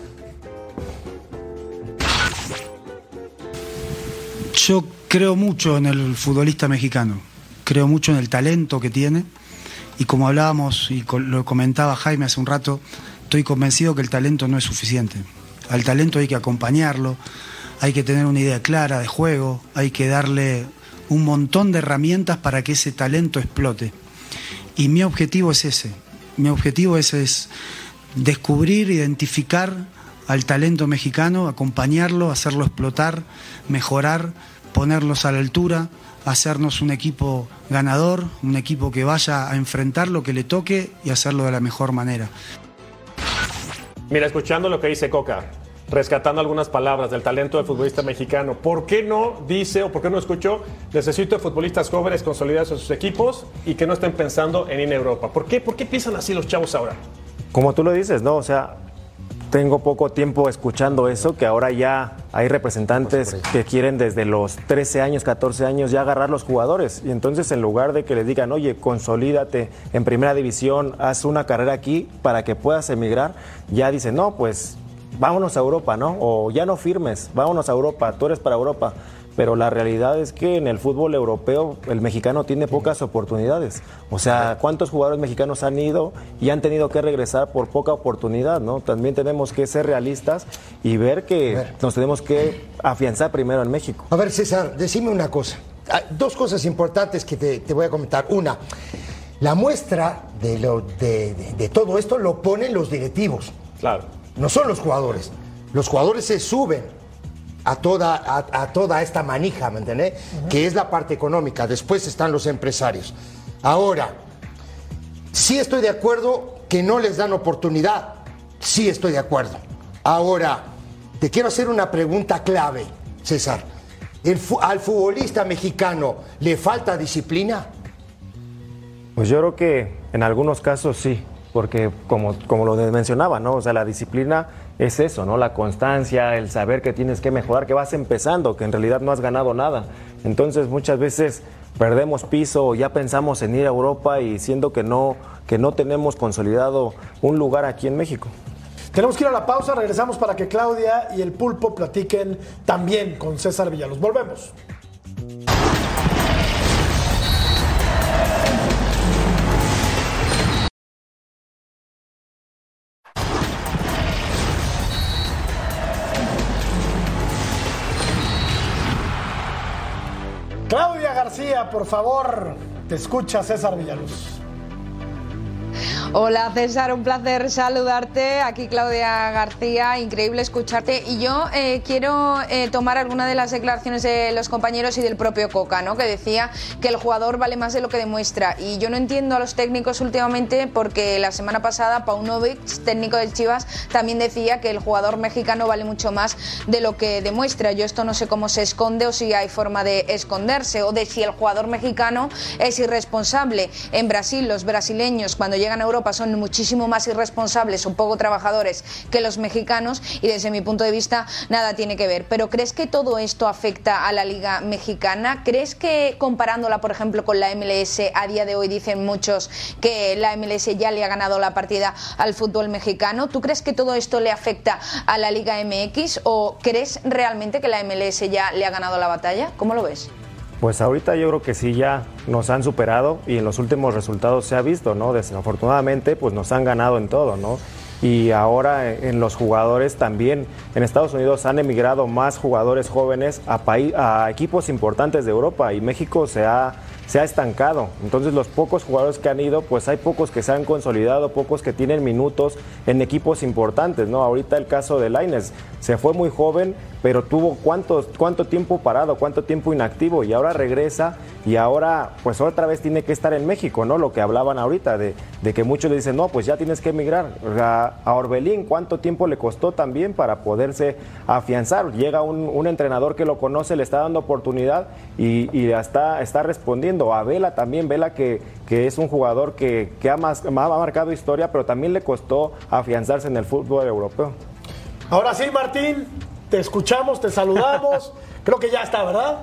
Yo creo mucho en el futbolista mexicano, creo mucho en el talento que tiene y como hablábamos y co- lo comentaba Jaime hace un rato, estoy convencido que el talento no es suficiente. Al talento hay que acompañarlo, hay que tener una idea clara de juego, hay que darle un montón de herramientas para que ese talento explote. Y mi objetivo es ese, mi objetivo es, es descubrir, identificar al talento mexicano, acompañarlo, hacerlo explotar, mejorar, ponerlos a la altura, hacernos un equipo ganador, un equipo que vaya a enfrentar lo que le toque y hacerlo de la mejor manera. Mira, escuchando lo que dice Coca, rescatando algunas palabras del talento del futbolista mexicano, ¿por qué no dice o por qué no escuchó necesito futbolistas jóvenes consolidados en sus equipos y que no estén pensando en ir a Europa? ¿Por qué, ¿Por qué piensan así los chavos ahora? Como tú lo dices, ¿no? O sea, tengo poco tiempo escuchando eso, que ahora ya hay representantes que quieren desde los trece años, catorce años ya agarrar los jugadores. Y entonces en lugar de que les digan, oye, consolídate en primera división, haz una carrera aquí para que puedas emigrar, ya dicen, no, pues vámonos a Europa, ¿no? O ya no firmes, vámonos a Europa, tú eres para Europa. Pero la realidad es que en el fútbol europeo el mexicano tiene pocas oportunidades. O sea, ¿cuántos jugadores mexicanos han ido y han tenido que regresar por poca oportunidad, ¿no? También tenemos que ser realistas y ver que nos tenemos que afianzar primero en México. A ver, César, decime una cosa. Hay dos cosas importantes que te, te voy a comentar. Una, la muestra de, lo, de, de, de todo esto lo ponen los directivos. Claro. No son los jugadores. Los jugadores se suben a toda, a, a toda esta manija, ¿me entendés? Uh-huh. Que es la parte económica. Después están los empresarios. Ahora, sí estoy de acuerdo que no les dan oportunidad. Sí estoy de acuerdo. Ahora, te quiero hacer una pregunta clave, César. ¿El, ¿Al futbolista mexicano le falta disciplina? Pues yo creo que en algunos casos sí, porque como, como lo mencionaba, ¿no? O sea, la disciplina es eso, ¿no? La constancia, el saber que tienes que mejorar, que vas empezando, que en realidad no has ganado nada. Entonces muchas veces perdemos piso o ya pensamos en ir a Europa y siendo que no, que no tenemos consolidado un lugar aquí en México. Tenemos que ir a la pausa, regresamos para que Claudia y el Pulpo platiquen también con César Villaluz. Volvemos. Claudia García, por favor, te escucha César Villaluz. Hola César, un placer saludarte. Aquí Claudia García, increíble escucharte. Y yo eh, quiero eh, tomar alguna de las declaraciones de los compañeros y del propio Coca, ¿no? Que decía que el jugador vale más de lo que demuestra. Y yo no entiendo a los técnicos últimamente porque la semana pasada Paunovic, técnico del Chivas, también decía que el jugador mexicano vale mucho más de lo que demuestra. Yo esto no sé cómo se esconde o si hay forma de esconderse o de si el jugador mexicano es irresponsable. En Brasil, los brasileños cuando llegan a Europa son muchísimo más irresponsables o poco trabajadores que los mexicanos y desde mi punto de vista nada tiene que ver. Pero ¿crees que todo esto afecta a la Liga Mexicana? ¿Crees que comparándola, por ejemplo, con la M L S, a día de hoy dicen muchos que la M L S ya le ha ganado la partida al fútbol mexicano? ¿Tú crees que todo esto le afecta a la Liga M X o crees realmente que la M L S ya le ha ganado la batalla? ¿Cómo lo ves? Pues ahorita yo creo que sí ya nos han superado y en los últimos resultados se ha visto, ¿no? Desafortunadamente pues nos han ganado en todo, ¿no? Y ahora en los jugadores también, en Estados Unidos han emigrado más jugadores jóvenes a, paí- a equipos importantes de Europa y México se ha, se ha estancado. Entonces los pocos jugadores que han ido, pues hay pocos que se han consolidado, pocos que tienen minutos en equipos importantes, ¿no? Ahorita el caso de Lainez, se fue muy joven, pero tuvo cuántos, cuánto tiempo parado, cuánto tiempo inactivo y ahora regresa y ahora pues otra vez tiene que estar en México, ¿no? Lo que hablaban ahorita de, de que muchos le dicen, no, pues ya tienes que emigrar. A, a Orbelín, ¿cuánto tiempo le costó también para poderse afianzar? Llega un, un entrenador que lo conoce, le está dando oportunidad y, y está, está respondiendo. A Vela también, Vela que, que es un jugador que, que ha, más, ha marcado historia, pero también le costó afianzarse en el fútbol europeo. Ahora sí, Martín, te escuchamos, te saludamos. Creo que ya está, ¿verdad?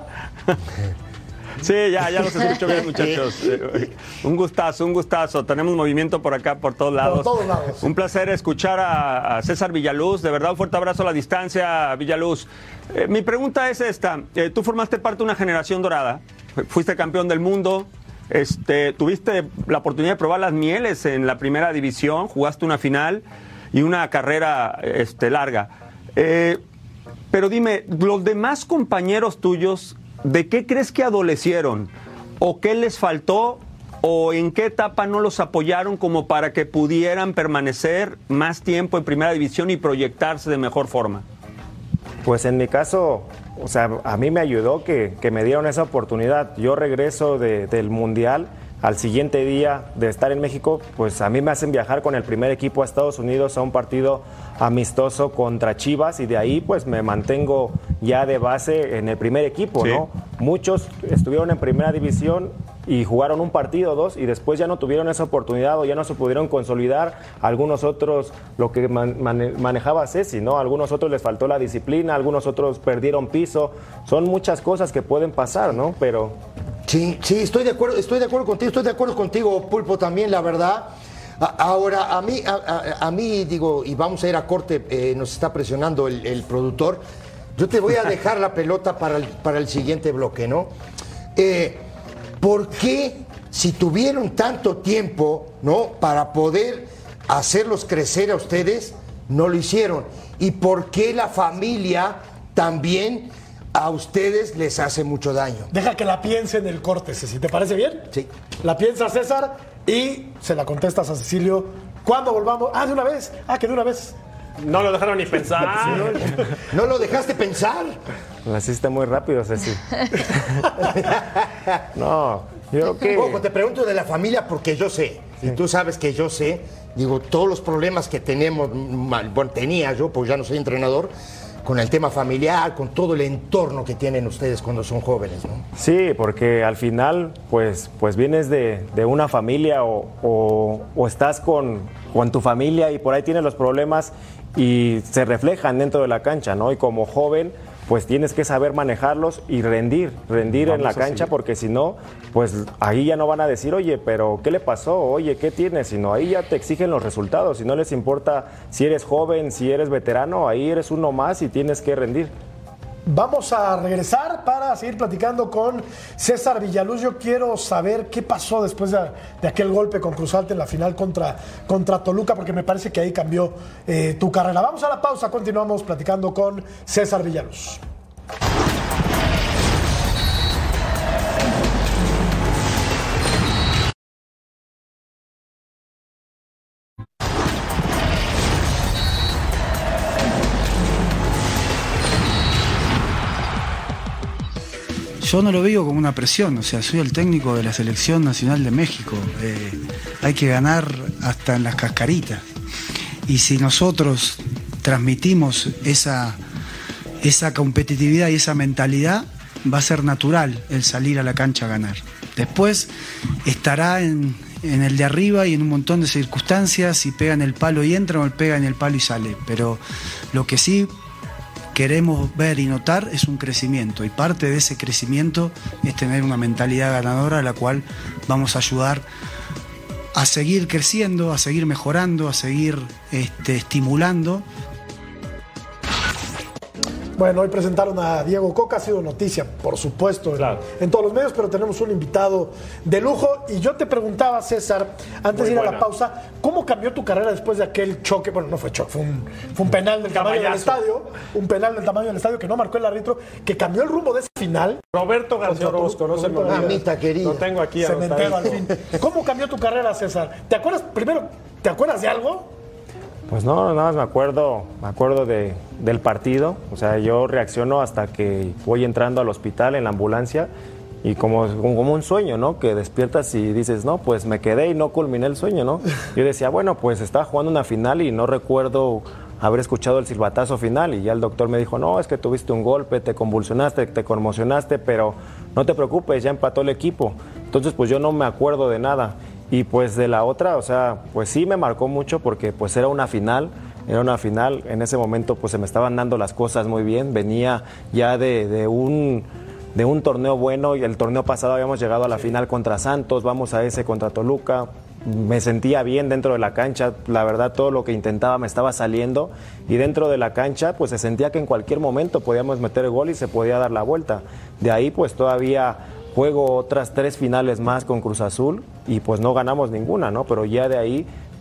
Sí, ya, ya los escucho bien, muchachos. Un gustazo, un gustazo. Tenemos movimiento por acá, por todos lados. Por todos lados. Un placer escuchar a, a César Villaluz. De verdad, un fuerte abrazo a la distancia, Villaluz. Eh, mi pregunta es esta. Eh, tú formaste parte de una generación dorada. Fuiste campeón del mundo. Este, tuviste la oportunidad de probar las mieles en la primera división. Jugaste una final y una carrera este, larga. Eh, pero dime, los demás compañeros tuyos, ¿de qué crees que adolecieron? ¿O qué les faltó o en qué etapa no los apoyaron como para que pudieran permanecer más tiempo en primera división y proyectarse de mejor forma? Pues en mi caso, o sea, a mí me ayudó que, que me dieron esa oportunidad. Yo regreso de, del Mundial, al siguiente día de estar en México, pues a mí me hacen viajar con el primer equipo a Estados Unidos a un partido amistoso contra Chivas y de ahí pues me mantengo ya de base en el primer equipo, Sí. ¿no? Muchos estuvieron en primera división y jugaron un partido o dos y después ya no tuvieron esa oportunidad o ya no se pudieron consolidar. Algunos otros, lo que man, mane, manejaba Ceci, ¿no? Algunos otros les faltó la disciplina, algunos otros perdieron piso. Son muchas cosas que pueden pasar, ¿no? Pero... Sí, sí, estoy de acuerdo, estoy de acuerdo contigo, estoy de acuerdo contigo, Pulpo, también, la verdad. A, ahora, a mí, a, a, a mí, digo, y vamos a ir a corte, eh, nos está presionando el, el productor. Yo te voy a dejar la pelota para el, para el siguiente bloque, ¿no? Eh, ¿Por qué, si tuvieron tanto tiempo, ¿no?, para poder hacerlos crecer a ustedes, no lo hicieron? ¿Y por qué la familia también a ustedes les hace mucho daño? Deja que la piense en el corte, Ceci. ¿Te parece bien? Sí. La piensa César y se la contestas a Cecilio. ¿Cuándo volvamos? Ah, de una vez. Ah, que de una vez. No lo dejaron ni pensar. ¿No lo dejaste pensar? Lo hiciste muy rápido, Ceci. No, yo creo que... Ojo, te pregunto de la familia porque yo sé, y tú sabes que yo sé, digo, todos los problemas que tenemos, bueno, tenía yo, pues ya no soy entrenador, con el tema familiar, con todo el entorno que tienen ustedes cuando son jóvenes, ¿no? Sí, porque al final, pues, pues vienes de, de una familia o, o, o estás con, con tu familia y por ahí tienes los problemas y se reflejan dentro de la cancha, ¿no? Y como joven, pues tienes que saber manejarlos y rendir, rendir Vamos en la a cancha, seguir. porque si no, pues ahí ya no van a decir, oye, pero ¿qué le pasó? Oye, ¿qué tienes? Sino ahí ya te exigen los resultados. Si no les importa si eres joven, si eres veterano, ahí eres uno más y tienes que rendir. Vamos a regresar para seguir platicando con César Villaluz. Yo quiero saber qué pasó después de, de aquel golpe con Cruz Alta en la final contra, contra Toluca, porque me parece que ahí cambió eh, tu carrera. Vamos a la pausa, continuamos platicando con César Villaluz. Yo no lo veo como una presión, o sea, soy el técnico de la Selección Nacional de México. Eh, hay que ganar hasta en las cascaritas. Y si nosotros transmitimos esa, esa competitividad y esa mentalidad, va a ser natural el salir a la cancha a ganar. Después estará en, en el de arriba y en un montón de circunstancias, si pega en el palo y entra o pega en el palo y sale. Pero lo que sí queremos ver y notar es un crecimiento, y parte de ese crecimiento es tener una mentalidad ganadora, a la cual vamos a ayudar a seguir creciendo, a seguir mejorando, a seguir este, estimulando. Bueno, hoy presentaron a Diego Coca, ha sido noticia, por supuesto, Claro. en, en todos los medios, pero tenemos un invitado de lujo. Y yo te preguntaba, César, antes Muy de ir a buena. la pausa, ¿cómo cambió tu carrera después de aquel choque? Bueno, no fue choque, fue un, fue un penal del tamaño del Caballazo. estadio, un penal del tamaño del estadio que no marcó el árbitro, que cambió el rumbo de esa final. Roberto García Contra Orozco, no se me Roberto olvida. Mamita querida. Lo tengo aquí Cementero al anotadito. fin. ¿Cómo cambió tu carrera, César? ¿Te acuerdas, primero, ¿te acuerdas de algo? Pues no, nada más me acuerdo, me acuerdo de, del partido. O sea, yo reacciono hasta que voy entrando al hospital en la ambulancia y como, como un sueño, ¿no? Que despiertas y dices, no, pues me quedé y no culminé el sueño, ¿no? Yo decía, bueno, pues estaba jugando una final y no recuerdo haber escuchado el silbatazo final, y ya el doctor me dijo, no, es que tuviste un golpe, te convulsionaste, te conmocionaste, pero no te preocupes, ya empató el equipo. Entonces, pues yo no me acuerdo de nada. Y pues de la otra, o sea, pues sí me marcó mucho porque pues era una final, era una final, en ese momento pues se me estaban dando las cosas muy bien, venía ya de, de, un, de un torneo bueno, y el torneo pasado habíamos llegado a la final contra Santos, vamos a ese contra Toluca, me sentía bien dentro de la cancha, la verdad todo lo que intentaba me estaba saliendo, y dentro de la cancha pues se sentía que en cualquier momento podíamos meter el gol y se podía dar la vuelta. De ahí pues todavía juego otras tres finales más con Cruz Azul y pues no ganamos ninguna, ¿no? Pero ya de ahí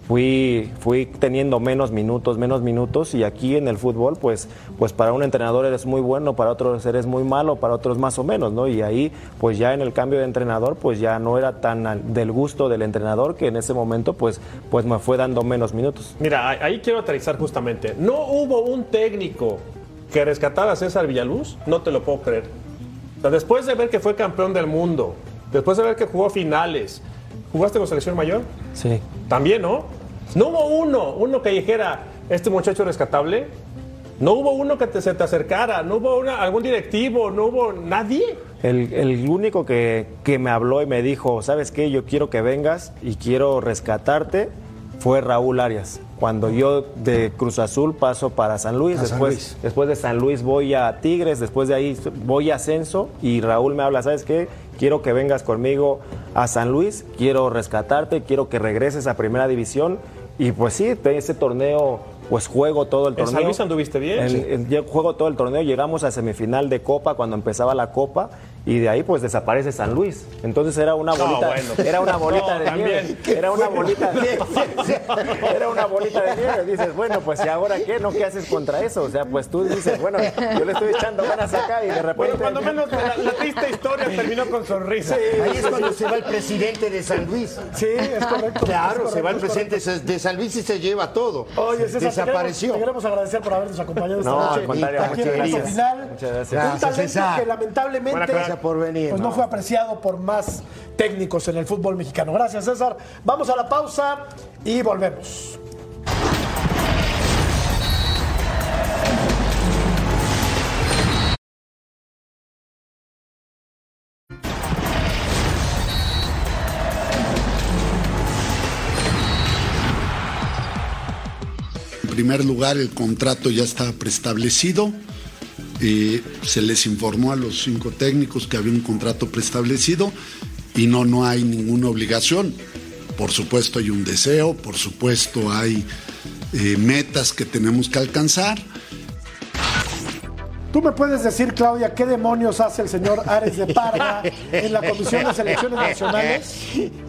fui, fui teniendo menos minutos, menos minutos, y aquí en el fútbol, pues, pues para un entrenador eres muy bueno, para otros eres muy malo, para otros más o menos, ¿no? Y ahí, pues ya en el cambio de entrenador, pues ya no era tan al, del gusto del entrenador, que en ese momento, pues, pues me fue dando menos minutos. Mira, ahí quiero aterrizar justamente. No hubo un técnico que rescatara a César Villaluz, no te lo puedo creer. O sea, después de ver que fue campeón del mundo, después de ver que jugó finales, ¿jugaste con selección mayor? Sí. También, ¿no? No hubo uno, uno que dijera, este muchacho rescatable. No hubo uno que te, se te acercara, no hubo una, algún directivo, no hubo nadie. El, el único que, que me habló y me dijo, ¿sabes qué? Yo quiero que vengas y quiero rescatarte, fue Raúl Arias. Cuando yo de Cruz Azul paso para San Luis, a después, San Luis. después de San Luis voy a Tigres, después de ahí voy a Ascenso y Raúl me habla, ¿sabes qué? Quiero que vengas conmigo a San Luis, quiero rescatarte, quiero que regreses a Primera División. Y pues sí, ese torneo, pues juego todo el torneo. ¿En San Luis anduviste bien? En, sí. en, juego todo el torneo, llegamos a semifinal de Copa cuando empezaba la Copa y de ahí pues desaparece San Luis. Entonces era una bolita, no, bueno. era una bolita no, de nieve. Era una bolita de nieve. Era una bolita de nieve. Dices, bueno, pues ¿y ahora qué? ¿No qué haces contra eso? O sea, pues tú dices, bueno, yo le estoy echando ganas acá y de repente... Bueno, cuando menos la, la triste historia terminó con sonrisa. Sí, ahí es cuando se va el presidente de San Luis. Sí, es correcto. Claro, es correcto, se va el es presidente de San Luis y se lleva todo. Oye, César, desapareció. Te queremos, te queremos agradecer por habernos acompañado esta No, noche. al contrario, Aquí muchas en el gracias. Final. Muchas gracias. Un Gracias, talento César. que lamentablemente Buena gracias por venir. Pues no fue apreciado por más técnicos en el fútbol mexicano. Gracias, César. Vamos a la pausa y volvemos. En primer lugar, el contrato ya estaba preestablecido. Eh, se les informó a los cinco técnicos que había un contrato preestablecido y no, no hay ninguna obligación. Por supuesto hay un deseo, por supuesto hay eh, metas que tenemos que alcanzar. ¿Tú me puedes decir, Claudia, qué demonios hace el señor Ares de Parga en la Comisión de Selecciones Nacionales?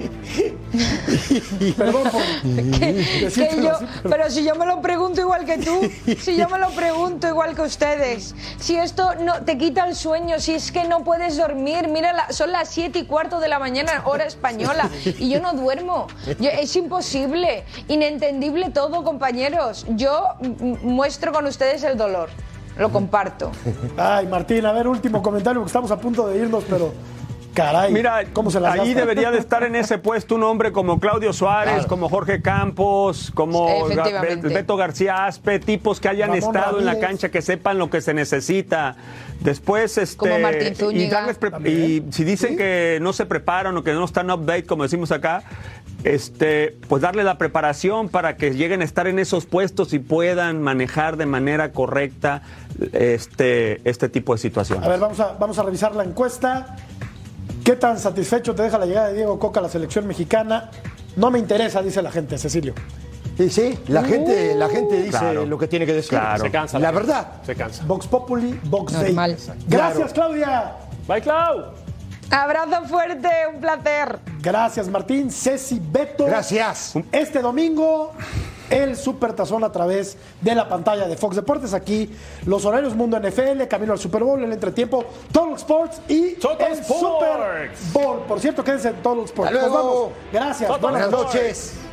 Perdón por que yo, pero si yo me lo pregunto igual que tú, si yo me lo pregunto igual que ustedes, si esto no te quita el sueño, si es que no puedes dormir, mira, la, son las siete y cuarto de la mañana, hora española, y yo no duermo. Yo, es imposible, inentendible todo, compañeros. Yo m- muestro con ustedes el dolor. Lo comparto. Ay, Martín, a ver, último comentario, porque estamos a punto de irnos, pero caray, mira, ¿cómo se las ahí gasta? debería de estar en ese puesto un hombre como Claudio Suárez, Claro. como Jorge Campos, como Efectivamente. Ga- Beto García Aspe, tipos que hayan Ramón estado en la Ramírez. cancha, que sepan lo que se necesita. Después, este, Como Martín Zúñiga. y, darles pre- y si dicen que no se preparan o que no están update, como decimos acá, este, pues darle la preparación para que lleguen a estar en esos puestos y puedan manejar de manera correcta este, este tipo de situaciones. A ver, vamos a, vamos a revisar la encuesta. ¿Qué tan satisfecho te deja la llegada de Diego Coca a la selección mexicana? No me interesa, dice la gente, Cecilio. Sí, sí, la gente, la gente dice Claro. lo que tiene que decir. Claro. Se cansa. La gente. verdad. Se cansa. Vox Populi, Vox Dei. Normal. Gracias, Claudia. Bye, Clau. Abrazo fuerte, un placer. Gracias, Martín, Ceci, Beto. Gracias. Este domingo, el Supertazón a través de la pantalla de Fox Deportes. Aquí, los horarios Mundo N F L, camino al Super Bowl, el entretiempo, Total Sports y Total el Sports. Super Bowl. Por cierto, quédense en Total Sports. Hasta Nos luego. vamos. Gracias. Total Buenas Buenas noches. noches.